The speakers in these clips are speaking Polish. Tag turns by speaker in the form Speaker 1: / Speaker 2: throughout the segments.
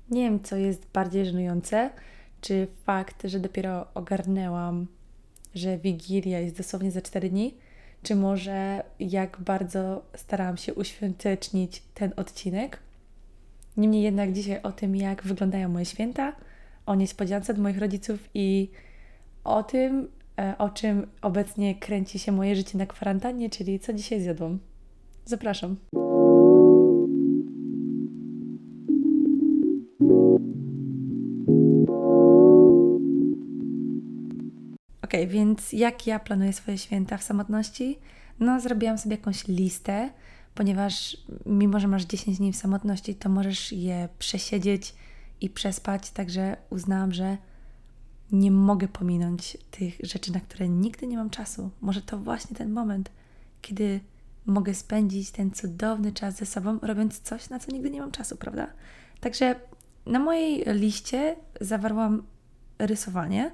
Speaker 1: Nie wiem, co jest bardziej żenujące, czy fakt, że dopiero ogarnęłam, że Wigilia jest dosłownie za 4 dni, czy może jak bardzo starałam się uświątecznić ten odcinek. Niemniej jednak dzisiaj o tym, jak wyglądają moje święta, o niespodziance od moich rodziców i o tym, o czym obecnie kręci się moje życie na kwarantannie, czyli co dzisiaj zjadłam. Zapraszam. Więc jak ja planuję swoje święta w samotności? No, zrobiłam sobie jakąś listę, ponieważ mimo, że masz 10 dni w samotności, to możesz je przesiedzieć i przespać, także uznałam, że nie mogę pominąć tych rzeczy, na które nigdy nie mam czasu. Może to właśnie ten moment, kiedy mogę spędzić ten cudowny czas ze sobą, robiąc coś, na co nigdy nie mam czasu, prawda? Także na mojej liście zawarłam rysowanie.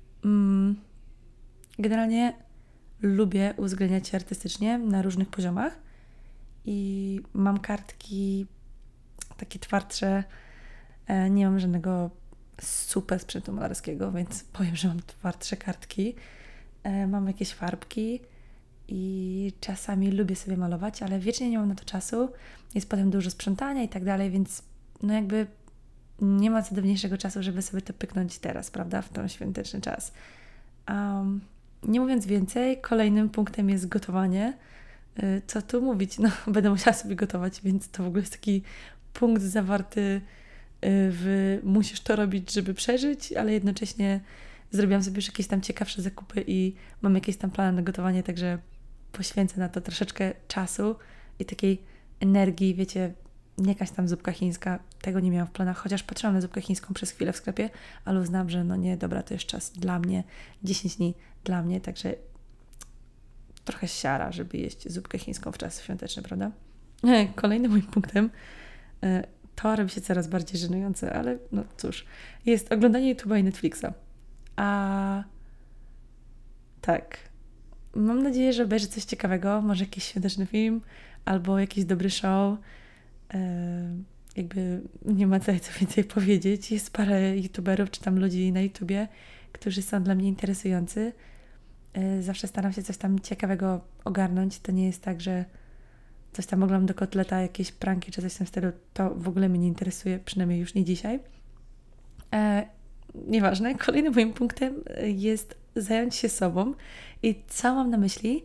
Speaker 1: Generalnie lubię uwzględniać się artystycznie na różnych poziomach i mam kartki takie twardsze. Nie mam żadnego super sprzętu malarskiego, więc powiem, że mam twardsze kartki. Mam jakieś farbki i czasami lubię sobie malować, ale wiecznie nie mam na to czasu. Jest potem dużo sprzątania i tak dalej, więc no jakby nie ma cudowniejszego czasu, żeby sobie to pyknąć teraz, prawda, w ten świąteczny czas. Nie mówiąc więcej, kolejnym punktem jest gotowanie. Co tu mówić? No, będę musiała sobie gotować, więc to w ogóle jest taki punkt zawarty w musisz to robić, żeby przeżyć, ale jednocześnie zrobiłam sobie już jakieś tam ciekawsze zakupy i mam jakieś tam plany na gotowanie, także poświęcę na to troszeczkę czasu i takiej energii, wiecie, nie jakaś tam zupka chińska, tego nie miałam w planach, chociaż patrzyłam na zupkę chińską przez chwilę w sklepie, ale uznałam, że no nie, dobra, to jest czas dla mnie, 10 dni dla mnie, także trochę siara, żeby jeść zupkę chińską w czas świąteczny, prawda? Kolejnym moim punktem, to robi się coraz bardziej żenujące, ale no cóż, jest oglądanie YouTube'a i Netflixa. A tak, mam nadzieję, że obejrzę coś ciekawego, może jakiś świąteczny film albo jakiś dobry show. Jakby nie ma co więcej powiedzieć. Jest parę youtuberów czy tam ludzi na YouTubie, którzy są dla mnie interesujący. Zawsze staram się coś tam ciekawego ogarnąć. To nie jest tak, że coś tam oglądam do kotleta, jakieś pranki czy coś w tym stylu. To w ogóle mnie nie interesuje, przynajmniej już nie dzisiaj. Nieważne. Kolejnym moim punktem jest zająć się sobą. I co mam na myśli?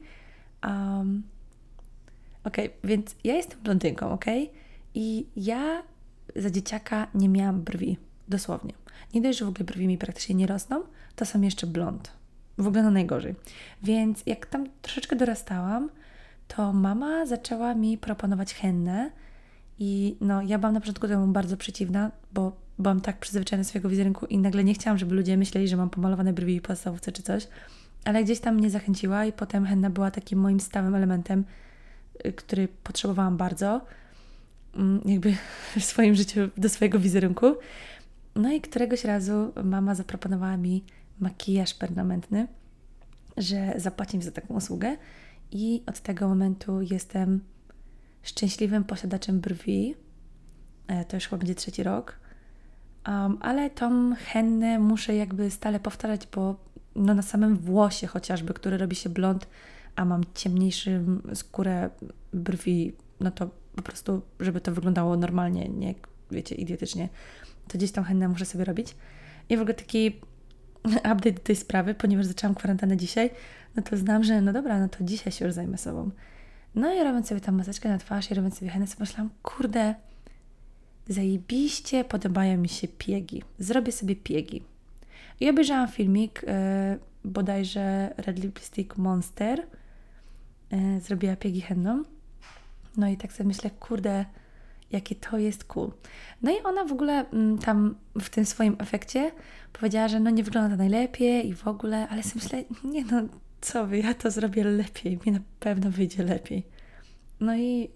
Speaker 1: Więc ja jestem blondynką, I ja za dzieciaka nie miałam brwi. Dosłownie. Nie dość, że w ogóle brwi mi praktycznie nie rosną, to są jeszcze blond. W ogóle najgorzej. Więc jak tam troszeczkę dorastałam, to mama zaczęła mi proponować hennę i no ja byłam na początku temu bardzo przeciwna, bo byłam tak przyzwyczajona do swojego wizerunku i nagle nie chciałam, żeby ludzie myśleli, że mam pomalowane brwi w podstawówce czy coś, ale gdzieś tam mnie zachęciła i potem henna była takim moim stałym elementem, który potrzebowałam bardzo jakby w swoim życiu do swojego wizerunku. No i któregoś razu mama zaproponowała mi makijaż permanentny, że zapłaci mi za taką usługę i od tego momentu jestem szczęśliwym posiadaczem brwi. To już chyba będzie 3. rok. Ale tą hennę muszę jakby stale powtarzać, bo no na samym włosie chociażby, który robi się blond, a mam ciemniejszą skórę brwi, no to po prostu, żeby to wyglądało normalnie, nie, wiecie, idiotycznie, to gdzieś tą hennę muszę sobie robić. I w ogóle taki update do tej sprawy, ponieważ zaczęłam kwarantannę dzisiaj, no to znam, że no dobra, no to dzisiaj się już zajmę sobą. No i robiąc sobie tam maseczkę na twarz i robiąc sobie hennę, sobie myślałam, kurde, zajebiście podobają mi się piegi. Zrobię sobie piegi. I obejrzałam filmik, bodajże Red Lipstick Monster zrobiła piegi henną. No i tak sobie myślę, kurde, jakie to jest cool. No i ona w ogóle tam w tym swoim efekcie powiedziała, że no nie wygląda to najlepiej i w ogóle, ale sobie myślę, nie no, co wy, ja to zrobię lepiej, mi na pewno wyjdzie lepiej. No i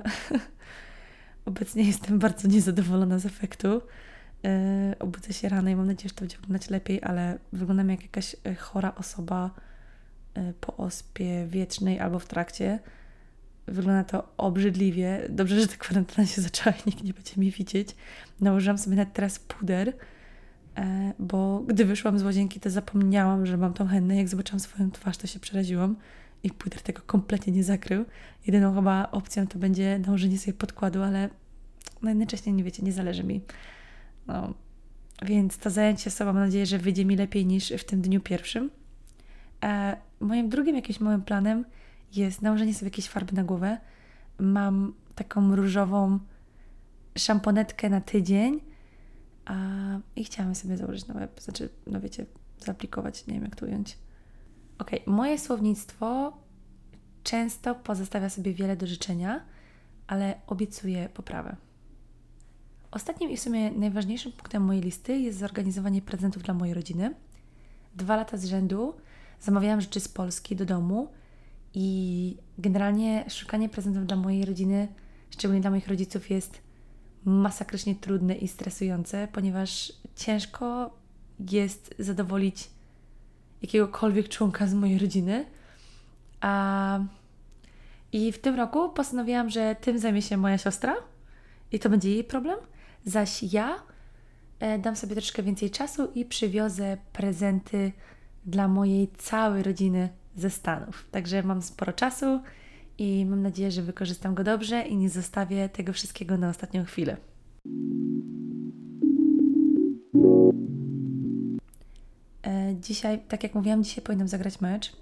Speaker 1: obecnie jestem bardzo niezadowolona z efektu. Obudzę się rano i mam nadzieję, że to będzie wyglądać lepiej, ale wyglądam jak jakaś chora osoba po ospie wiecznej albo w trakcie. wygląda to obrzydliwie. Dobrze, że ta kwarantanna się zaczęła i nikt nie będzie mnie widzieć. Nałożyłam sobie nawet teraz puder, bo gdy wyszłam z łazienki, to zapomniałam, że mam tą hennę. Jak zobaczyłam swoją twarz, to się przeraziłam i puder tego kompletnie nie zakrył. Jedyną chyba opcją to będzie nałożenie sobie podkładu, ale jednocześnie nie wiecie, nie zależy mi. No, więc to zajęcie sobą mam nadzieję, że wyjdzie mi lepiej niż w tym dniu pierwszym. Moim drugim jakimś małym planem jest nałożenie sobie jakiejś farby na głowę. Mam taką różową szamponetkę na tydzień i chciałam sobie założyć na łeb, wiecie, zaaplikować, nie wiem jak to ująć. Moje słownictwo często pozostawia sobie wiele do życzenia, ale obiecuję poprawę. Ostatnim i w sumie najważniejszym punktem mojej listy jest zorganizowanie prezentów dla mojej rodziny. 2 lata z rzędu zamawiałam rzeczy z Polski do domu i generalnie szukanie prezentów dla mojej rodziny, szczególnie dla moich rodziców, jest masakrycznie trudne i stresujące, ponieważ ciężko jest zadowolić jakiegokolwiek członka z mojej rodziny. I w tym roku postanowiłam, że tym zajmie się moja siostra i to będzie jej problem, zaś ja dam sobie troszkę więcej czasu i przywiozę prezenty dla mojej całej rodziny ze Stanów. Także mam sporo czasu i mam nadzieję, że wykorzystam go dobrze i nie zostawię tego wszystkiego na ostatnią chwilę. Dzisiaj, tak jak mówiłam, dzisiaj powinnam zagrać mecz.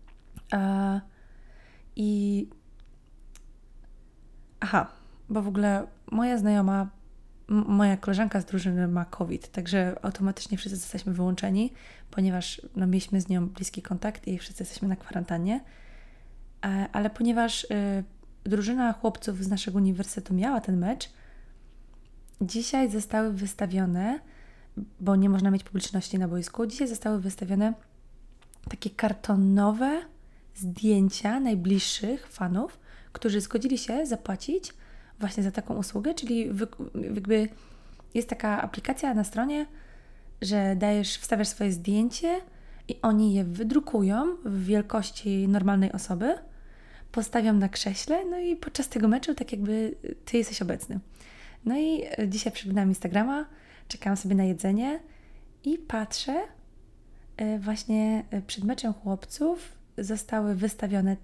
Speaker 1: Bo w ogóle moja znajoma, moja koleżanka z drużyny ma COVID, także automatycznie wszyscy zostaliśmy wyłączeni, ponieważ mieliśmy z nią bliski kontakt i wszyscy jesteśmy na kwarantannie. Ale ponieważ drużyna chłopców z naszego uniwersytetu miała ten mecz, dzisiaj zostały wystawione, bo nie można mieć publiczności na boisku, dzisiaj zostały wystawione takie kartonowe zdjęcia najbliższych fanów, którzy zgodzili się zapłacić właśnie za taką usługę, czyli jakby jest taka aplikacja na stronie, że wstawiasz swoje zdjęcie i oni je wydrukują w wielkości normalnej osoby, postawią na krześle, no i podczas tego meczu tak jakby ty jesteś obecny. No i dzisiaj przeglądałam Instagrama, czekałam sobie na jedzenie i patrzę, właśnie przed meczem chłopców zostały wystawione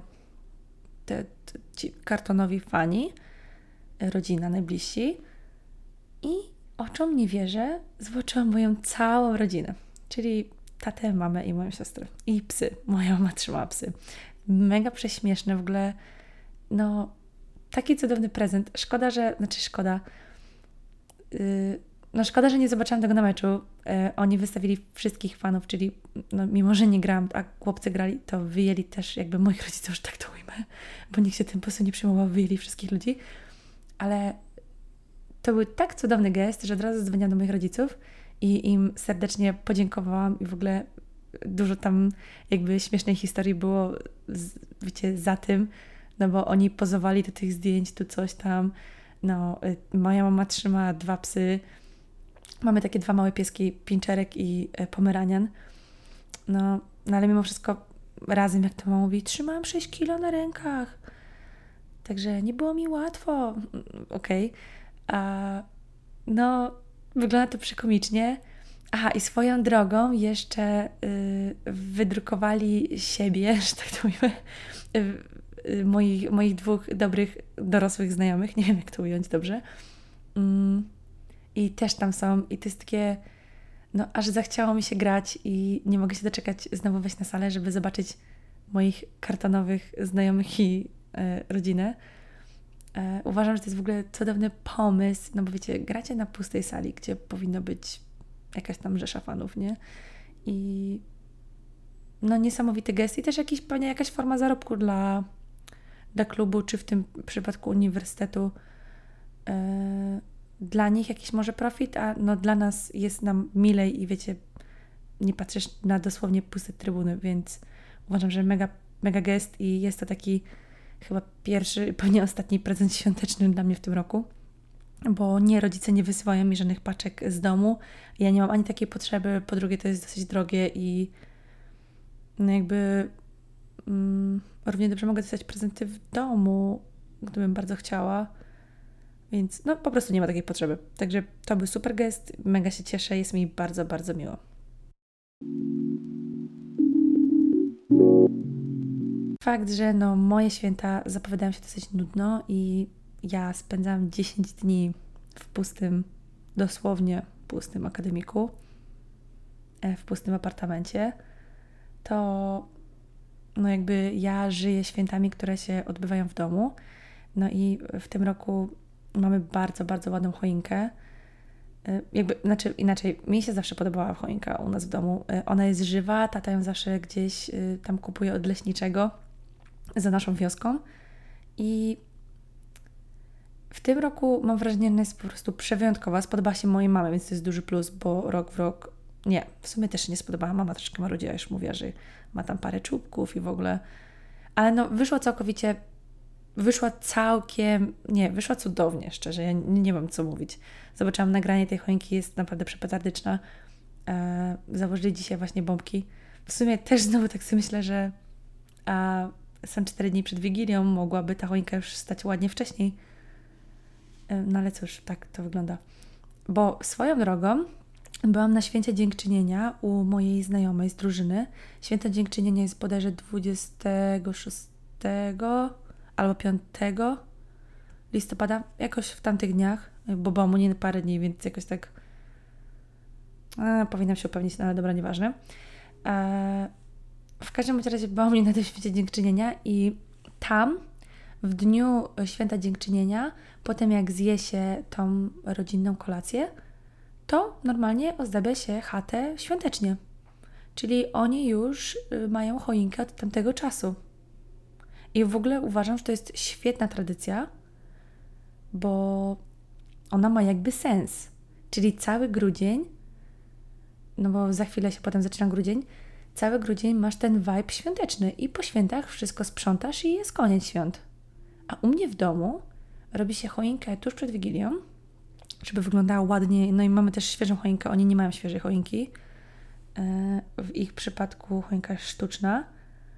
Speaker 1: ci kartonowi fani, rodzina, najbliżsi i oczom nie wierzę, zobaczyłam moją całą rodzinę, czyli tatę, mamę i moją siostrę i psy. Moja mama trzymała psy. Mega prześmieszne w ogóle, taki cudowny prezent. Szkoda, że nie zobaczyłam tego na meczu. Oni wystawili wszystkich fanów, czyli mimo, że nie grałam, a chłopcy grali, to wyjęli też jakby moich rodziców, że tak to ujmę, bo nikt się tym po prostu nie przejmował, wyjęli wszystkich ludzi. Ale to był tak cudowny gest, że od razu zadzwoniłam do moich rodziców i im serdecznie podziękowałam i w ogóle dużo tam jakby śmiesznej historii było, wiecie, za tym, bo oni pozowali do tych zdjęć, tu coś tam. Moja mama trzyma 2 psy. Mamy takie 2 małe pieski, Pinczerek i Pomeranian. Ale mimo wszystko razem, jak to mama mówi, trzymałam 6 kilo na rękach. Także nie było mi łatwo. Wygląda to przekomicznie. I swoją drogą jeszcze wydrukowali siebie, że tak to mówimy, moich 2 dobrych, dorosłych znajomych. Nie wiem, jak to ująć dobrze. I też tam są. I to jest takie, aż zachciało mi się grać i nie mogę się doczekać znowu wejść na salę, żeby zobaczyć moich kartonowych znajomych i rodzinę. Uważam, że to jest w ogóle cudowny pomysł, bo wiecie, gracie na pustej sali, gdzie powinno być jakaś tam rzesza fanów, nie? I niesamowity gest i też pewnie jakaś forma zarobku dla klubu, czy w tym przypadku uniwersytetu. Dla nich jakiś może profit, a dla nas jest nam milej i wiecie, nie patrzysz na dosłownie puste trybuny, więc uważam, że mega, mega gest i jest to taki chyba pierwszy, pewnie ostatni prezent świąteczny dla mnie w tym roku, bo rodzice nie wysyłają mi żadnych paczek z domu. Ja nie mam ani takiej potrzeby, po drugie to jest dosyć drogie i jakby równie dobrze mogę dostać prezenty w domu, gdybym bardzo chciała. Więc no po prostu nie ma takiej potrzeby. Także to był super gest, mega się cieszę, jest mi bardzo, bardzo miło. Fakt, że no moje święta zapowiadają się dosyć nudno i ja spędzam 10 dni w pustym, dosłownie pustym akademiku, w pustym apartamencie, to no jakby ja żyję świętami, które się odbywają w domu. No i w tym roku mamy bardzo, bardzo ładną choinkę. Znaczy inaczej, mi się zawsze podobała choinka u nas w domu. Ona jest żywa, tata ją zawsze gdzieś tam kupuje od leśniczego za naszą wioską. I w tym roku mam wrażenie, że ona jest po prostu przewyjątkowa. Spodobała się mojej mamie, więc to jest duży plus, bo rok w rok... Nie, w sumie też się nie spodobała. Mama troszkę marudziła, już mówiła, że ma tam parę czubków i w ogóle... Ale no wyszła całkowicie... Wyszła cudownie, szczerze. Ja nie mam co mówić. Zobaczyłam nagranie tej choinki, jest naprawdę przepetardyczna. Założyli dzisiaj właśnie bombki. W sumie też znowu tak sobie myślę, że są 4 dni przed Wigilią, mogłaby ta choinka już stać ładnie wcześniej. No ale cóż, tak to wygląda. Bo swoją drogą byłam na Święcie Dziękczynienia u mojej znajomej z drużyny. Święto Dziękczynienia jest bodajże 26 albo 5 listopada, jakoś w tamtych dniach, bo byłam u niej parę dni, więc jakoś tak powinnam się upewnić, no ale dobra, nieważne. W każdym razie byłam u niej na tym Święcie Dziękczynienia i tam w dniu Święta Dziękczynienia, potem jak zje się tą rodzinną kolację, to normalnie ozdabia się chatę świątecznie. Czyli oni już mają choinkę od tamtego czasu. I w ogóle uważam, że to jest świetna tradycja, bo ona ma jakby sens. Czyli cały grudzień, no bo za chwilę się potem zaczyna grudzień, cały grudzień masz ten vibe świąteczny i po świętach wszystko sprzątasz i jest koniec świąt. A u mnie w domu robi się choinkę tuż przed Wigilią, żeby wyglądała ładnie. No i mamy też świeżą choinkę, oni nie mają świeżej choinki. W ich przypadku choinka jest sztuczna,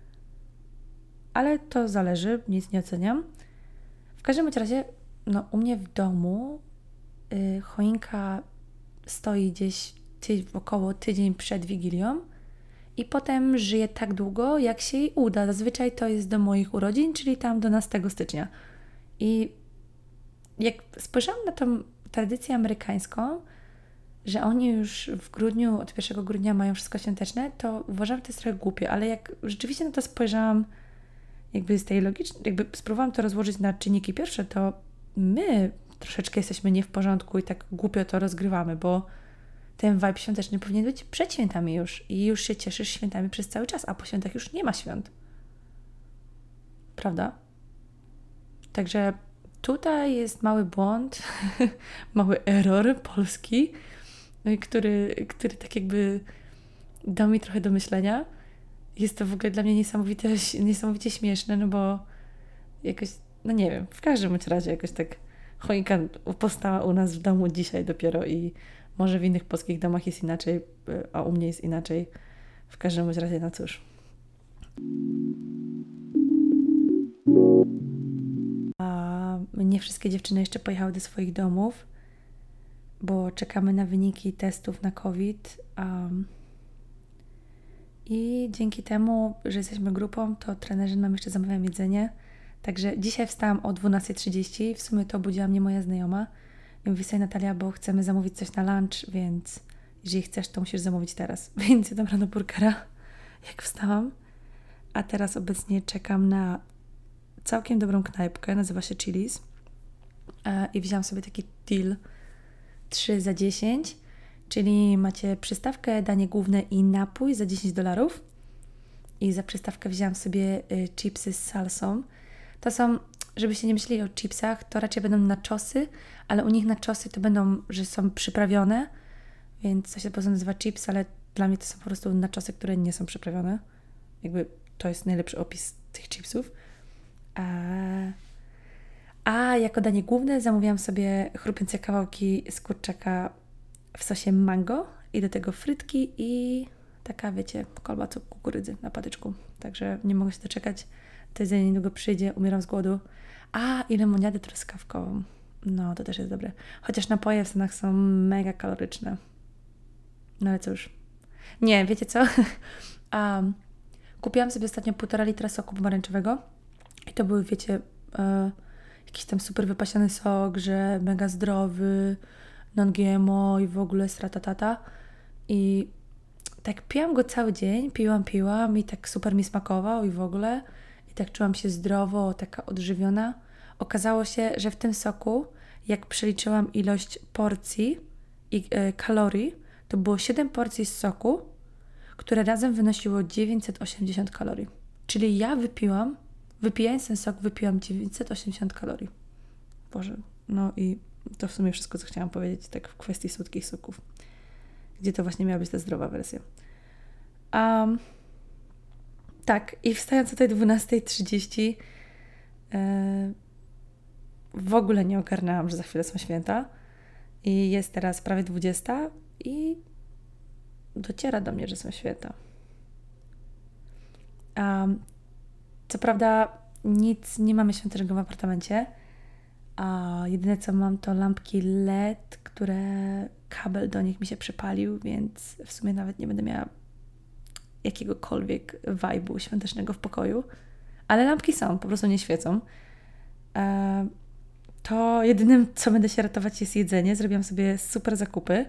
Speaker 1: ale to zależy, nic nie oceniam. W każdym razie, no u mnie w domu choinka stoi gdzieś około tydzień przed Wigilią i potem żyje tak długo, jak się jej uda. Zazwyczaj to jest do moich urodzin, czyli tam do 12 stycznia. I jak spojrzałam na tą tradycję amerykańską, że oni już w grudniu, od 1 grudnia mają wszystko świąteczne, to uważam, że to jest trochę głupie, ale jak rzeczywiście na to spojrzałam jakby z tej logicznej, jakby spróbowałam to rozłożyć na czynniki pierwsze, to my troszeczkę jesteśmy nie w porządku i tak głupio to rozgrywamy, bo ten vibe świąteczny powinien być przed świętami już i już się cieszysz świętami przez cały czas, a po świętach już nie ma świąt. Prawda? Także tutaj jest mały błąd, mały error polski, który tak jakby dał mi trochę do myślenia. Jest to w ogóle dla mnie niesamowicie śmieszne, no bo jakoś, no nie wiem, w każdym razie jakoś tak choinka powstała u nas w domu dzisiaj dopiero i może w innych polskich domach jest inaczej, a u mnie jest inaczej. W każdym razie, no cóż. A nie wszystkie dziewczyny jeszcze pojechały do swoich domów, bo czekamy na wyniki testów na COVID. I dzięki temu, że jesteśmy grupą, to trenerzy nam jeszcze zamawiają jedzenie. Także dzisiaj wstałam o 12:30. W sumie to obudziła mnie moja znajoma. I mówi sobie: Natalia, bo chcemy zamówić coś na lunch, więc jeżeli chcesz, to musisz zamówić teraz. Więc jadam rano burgera, jak wstałam. A teraz obecnie czekam na całkiem dobrą knajpkę, nazywa się Chili's. I wziąłam sobie taki deal 3 za 10, czyli macie przystawkę, danie główne i napój za $10. I za przystawkę wziąłam sobie chipsy z salsą. To są, żebyście nie myśleli o chipsach, to raczej będą nachosy, ale u nich nachosy to będą, że są przyprawione, więc to się po prostu nazywa chips, ale dla mnie to są po prostu nachosy, które nie są przyprawione. Jakby to jest najlepszy opis tych chipsów. A jako danie główne zamówiłam sobie chrupiące kawałki z kurczaka w sosie mango i do tego frytki i Taka, wiecie, kolba kukurydzy na patyczku. Także nie mogę się doczekać. To jedzenie niedługo przyjdzie, umieram z głodu. I lemoniadę truskawkową. No, to też jest dobre. Chociaż napoje w Stanach są mega kaloryczne. No ale cóż. Nie, wiecie co? Kupiłam sobie ostatnio 1,5 litra soku pomarańczowego. I to był, wiecie, jakiś tam super wypasiony sok, że mega zdrowy, non-GMO i w ogóle stratatata. I tak piłam go cały dzień, piłam i tak super mi smakował i w ogóle. I tak czułam się zdrowo, taka odżywiona. Okazało się, że w tym soku, jak przeliczyłam ilość porcji i kalorii, to było 7 porcji z soku, które razem wynosiło 980 kalorii. Czyli ja wypijając ten sok, wypiłam 980 kalorii. Boże, no i to w sumie wszystko, co chciałam powiedzieć tak w kwestii słodkich soków. Gdzie to właśnie miała być ta zdrowa wersja. Tak, i wstając o tej 12:30 w ogóle nie ogarnęłam, że za chwilę są święta i jest teraz prawie 20 i dociera do mnie, że są święta. Co prawda nic nie mamy świątecznego w apartamencie, a jedyne co mam to lampki LED, które kabel do nich mi się przypalił, więc w sumie nawet nie będę miała jakiegokolwiek vibe'u świątecznego w pokoju. Ale lampki są, po prostu nie świecą. To jedynym, co będę się ratować, jest jedzenie. Zrobiłam sobie super zakupy.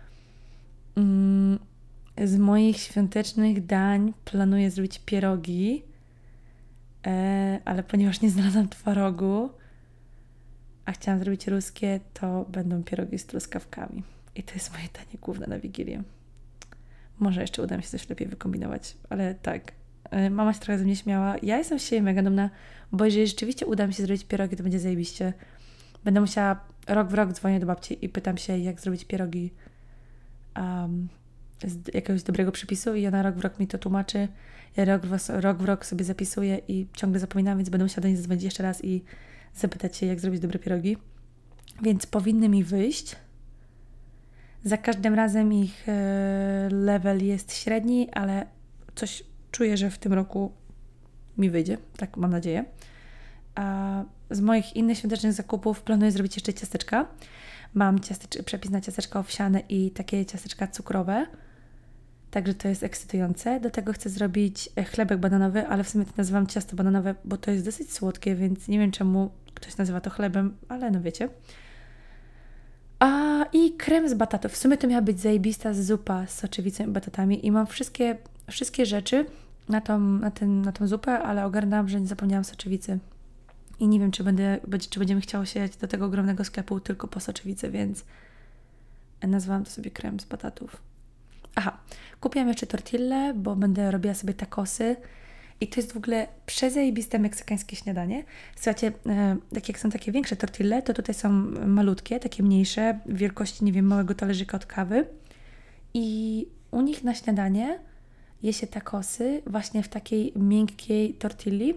Speaker 1: Z moich świątecznych dań planuję zrobić pierogi, ale ponieważ nie znalazłam twarogu, a chciałam zrobić ruskie, to będą pierogi z truskawkami. I to jest moje danie główne na Wigilię. Może jeszcze uda mi się coś lepiej wykombinować, ale tak. Mama się trochę ze mnie śmiała. Ja jestem z siebie mega dumna, bo jeżeli rzeczywiście uda mi się zrobić pierogi, to będzie zajebiście. Będę musiała rok w rok dzwonię do babci i pytam się, jak zrobić pierogi z jakiegoś dobrego przepisu i ona rok w rok mi to tłumaczy. Ja rok w rok sobie zapisuję i ciągle zapominam, więc będę musiała do niej zadzwonić jeszcze raz i zapytać się, jak zrobić dobre pierogi. Więc powinny mi wyjść. Za każdym razem ich level jest średni, ale coś czuję, że w tym roku mi wyjdzie. Tak mam nadzieję. A z moich innych świątecznych zakupów planuję zrobić jeszcze ciasteczka. Mam przepis na ciasteczka owsiane i takie ciasteczka cukrowe. Także to jest ekscytujące. Do tego chcę zrobić chlebek bananowy, ale w sumie to nazywam ciasto bananowe, bo to jest dosyć słodkie, więc nie wiem czemu ktoś nazywa to chlebem, ale no wiecie. I krem z batatów. W sumie to miała być zajebista zupa z soczewicą i batatami i mam wszystkie rzeczy na tą zupę, ale ogarnęłam, że nie zapomniałam soczewicy. I nie wiem, czy będziemy chciało siedzieć do tego ogromnego sklepu tylko po soczewicę, więc nazwałam to sobie krem z batatów. Kupiłam jeszcze tortille, bo będę robiła sobie tacosy i to jest w ogóle przezajebiste meksykańskie śniadanie. Słuchajcie, tak jak są takie większe tortille, to tutaj są malutkie, takie mniejsze, wielkości, nie wiem, małego talerzyka od kawy i u nich na śniadanie je się tacosy właśnie w takiej miękkiej tortilli.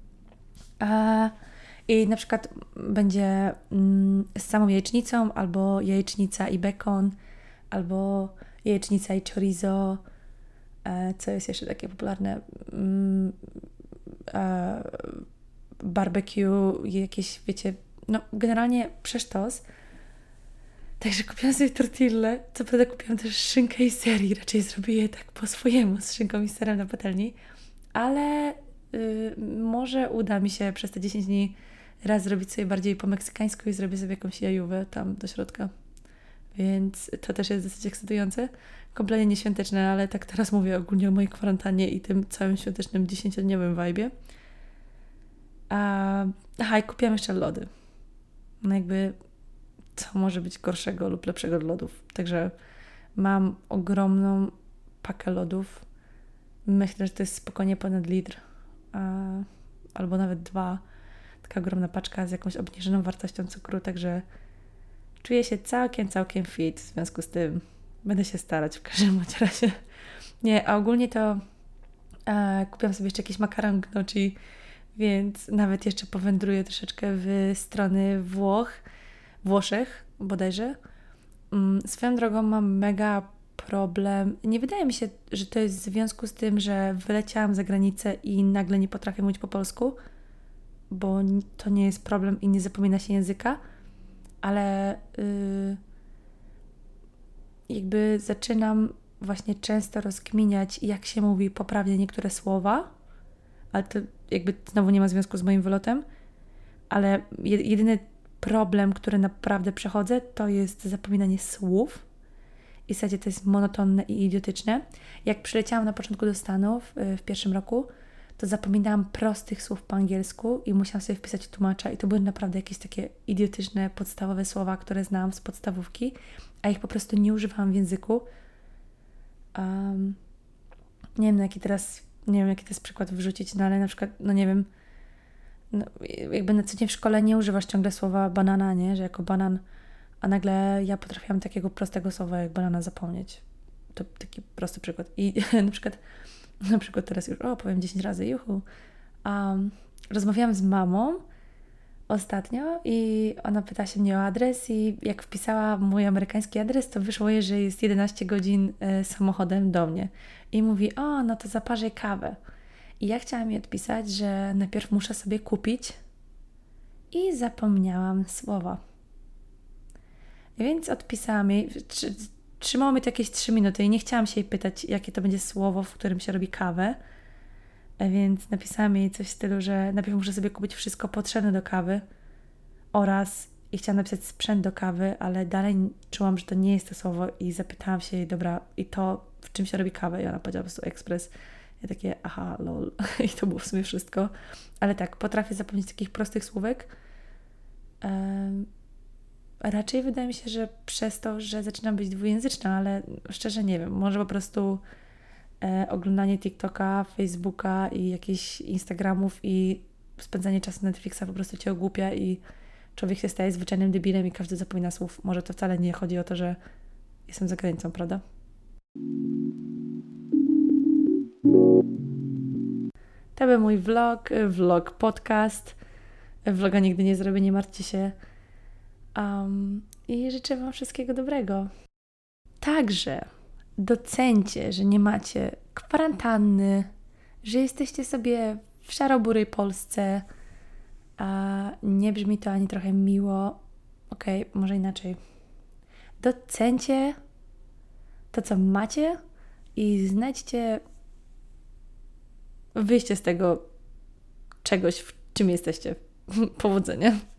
Speaker 1: I na przykład będzie z samą jajecznicą, albo jajecznica i bekon, albo jajecznica i chorizo. Co jest jeszcze takie popularne? Barbecue, jakieś, wiecie, no generalnie przesztos. Także kupiłam sobie tortillę. Co prawda kupiłam też szynkę i ser i raczej zrobię je tak po swojemu z szynką i serem na patelni, ale może uda mi się przez te 10 dni raz zrobić sobie bardziej po meksykańsku i zrobię sobie jakąś jajówę tam do środka. Więc to też jest dosyć ekscytujące. Kompletnie nieświąteczne, ale tak teraz mówię ogólnie o mojej kwarantannie i tym całym świątecznym 10-dniowym vibe'ie. I kupiłam jeszcze lody. No jakby co może być gorszego lub lepszego od lodów. Także mam ogromną pakę lodów. Myślę, że to jest spokojnie ponad litr. Albo nawet 2. Taka ogromna paczka z jakąś obniżoną wartością cukru, także czuję się całkiem fit. W związku z tym będę się starać w każdym razie. Nie, a ogólnie to kupiłam sobie jeszcze jakiś makaron gnocchi, więc nawet jeszcze powędruję troszeczkę w strony Włoszech bodajże. Swoją drogą mam mega problem. Nie wydaje mi się, że to jest w związku z tym, że wyleciałam za granicę i nagle nie potrafię mówić po polsku, bo to nie jest problem i nie zapomina się języka, ale jakby zaczynam właśnie często rozkminiać, jak się mówi poprawnie niektóre słowa, ale to jakby znowu nie ma związku z moim wylotem, ale jedyny problem, który naprawdę przechodzę, to jest zapominanie słów. I w zasadzie to jest monotonne i idiotyczne. Jak przyleciałam na początku do Stanów w pierwszym roku, to zapominałam prostych słów po angielsku i musiałam sobie wpisać tłumacza i to były naprawdę jakieś takie idiotyczne, podstawowe słowa, które znałam z podstawówki, a ich po prostu nie używałam w języku. Nie wiem, jaki to jest przykład wrzucić, no ale na przykład, no nie wiem, no, jakby na co dzień w szkole nie używasz ciągle słowa banana, nie? Że jako banan, a nagle ja potrafiłam takiego prostego słowa jak banana zapomnieć. To taki prosty przykład. I na przykład teraz już, powiem 10 razy, juhu. Rozmawiałam z mamą ostatnio i ona pyta się mnie o adres i jak wpisała mój amerykański adres, to wyszło jej, że jest 11 godzin samochodem do mnie. I mówi, no to zaparzę kawę. I ja chciałam jej odpisać, że najpierw muszę sobie kupić i zapomniałam słowa. Więc odpisałam jej, trzymało mi to jakieś 3 minuty i nie chciałam się jej pytać, jakie to będzie słowo, w którym się robi kawę. Więc napisałam jej coś w stylu, że najpierw muszę sobie kupić wszystko potrzebne do kawy i chciałam napisać sprzęt do kawy, ale dalej czułam, że to nie jest to słowo i zapytałam się jej, dobra, i to w czym się robi kawę? I ona powiedziała po prostu ekspres. Ja takie, aha, lol. I to było w sumie wszystko. Ale tak, potrafię zapomnieć takich prostych słówek. Raczej wydaje mi się, że przez to, że zaczynam być dwujęzyczna, ale szczerze nie wiem, może po prostu oglądanie TikToka, Facebooka i jakichś Instagramów i spędzanie czasu na Netflixa po prostu cię ogłupia i człowiek się staje zwyczajnym debilem i każdy zapomina słów. Może to wcale nie chodzi o to, że jestem za granicą, prawda? To był mój vlog, podcast. Vloga nigdy nie zrobię, nie martwcie się. I życzę Wam wszystkiego dobrego. Także docencie, że nie macie kwarantanny, że jesteście sobie w szaroburej Polsce, a nie brzmi to ani trochę miło. Może inaczej. Docencie to, co macie i znajdźcie wyjście z tego czegoś, w czym jesteście. Powodzenia.